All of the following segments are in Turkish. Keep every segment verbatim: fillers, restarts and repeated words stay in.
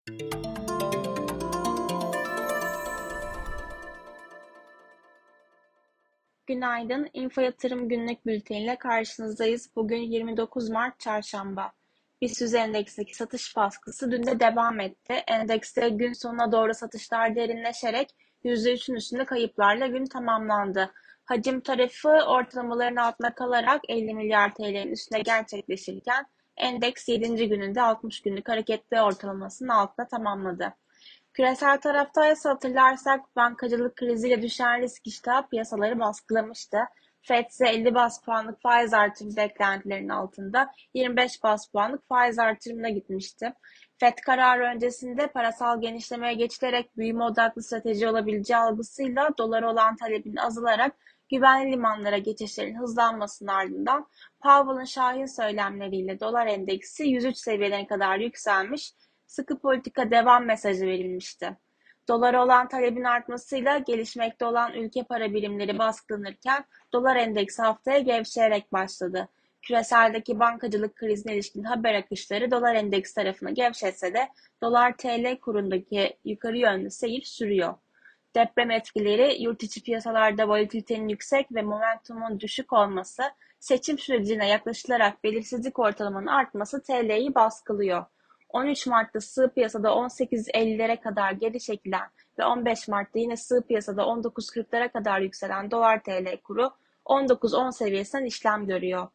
Günaydın, İnfo Yatırım Günlük Bülteni ile karşınızdayız. Bugün yirmi dokuz Mart Çarşamba. BIST endeksindeki satış baskısı dün de devam etti. Endekste gün sonuna doğru satışlar derinleşerek yüzde üçün üstünde kayıplarla gün tamamlandı. Hacim tarafı ortalamaların altında kalarak elli milyar T L'nin üstünde gerçekleşirken endeks yedinci gününde altmış günlük hareketli ortalamasının altında tamamladı. Küresel tarafta ise hatırlarsak bankacılık kriziyle düşen risk iştahı piyasaları baskılamıştı. Fed ise elli bas puanlık faiz artırım beklentilerinin altında yirmi beş bas puanlık faiz artırımına gitmişti. Fed kararı öncesinde parasal genişlemeye geçilerek büyüme odaklı strateji olabileceği algısıyla dolara olan talebin azalarak güvenli limanlara geçişlerin hızlanmasının ardından Powell'ın şahin söylemleriyle dolar endeksi yüz üç seviyelerine kadar yükselmiş, sıkı politika devam mesajı verilmişti. Dolara olan talebin artmasıyla gelişmekte olan ülke para birimleri baskılanırken dolar endeksi haftaya gevşeyerek başladı. Küreseldeki bankacılık krizine ilişkin haber akışları dolar endeksi tarafını gevşetse de dolar T L kurundaki yukarı yönlü seyir sürüyor. Deprem etkileri, yurt içi piyasalarda volatilitenin yüksek ve momentumun düşük olması, seçim sürecine yaklaşılarak belirsizlik ortalamanın artması T L'yi baskılıyor. on üç Mart'ta sığ piyasada on sekiz ellilere kadar geri çekilen ve on beş Mart'ta yine sığ piyasada on dokuz kırklara kadar yükselen dolar T L kuru on dokuz on seviyesinden işlem görüyor.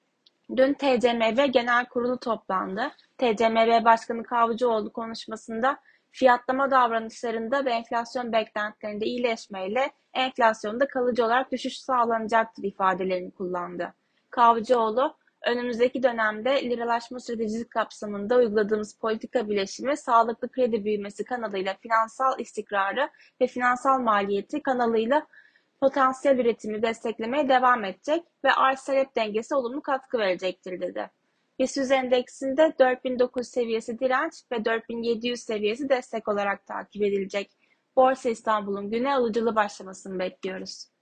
Dün T C M B Genel Kurulu toplandı. T C M B Başkanı Kavcıoğlu konuşmasında fiyatlama davranışlarında ve enflasyon beklentilerinde iyileşmeyle enflasyonda kalıcı olarak düşüş sağlanacaktır ifadelerini kullandı. Kavcıoğlu, önümüzdeki dönemde liralaşma stratejisi kapsamında uyguladığımız politika bileşimi sağlıklı kredi büyümesi kanalıyla finansal istikrarı ve finansal maliyeti kanalıyla potansiyel üretimi desteklemeye devam edecek ve arz-talep dengesi olumlu katkı verecektir dedi. BIST endeksinde dört bin dokuz yüz seviyesi direnç ve dört bin yedi yüz seviyesi destek olarak takip edilecek. Borsa İstanbul'un güne alıcılı başlamasını bekliyoruz.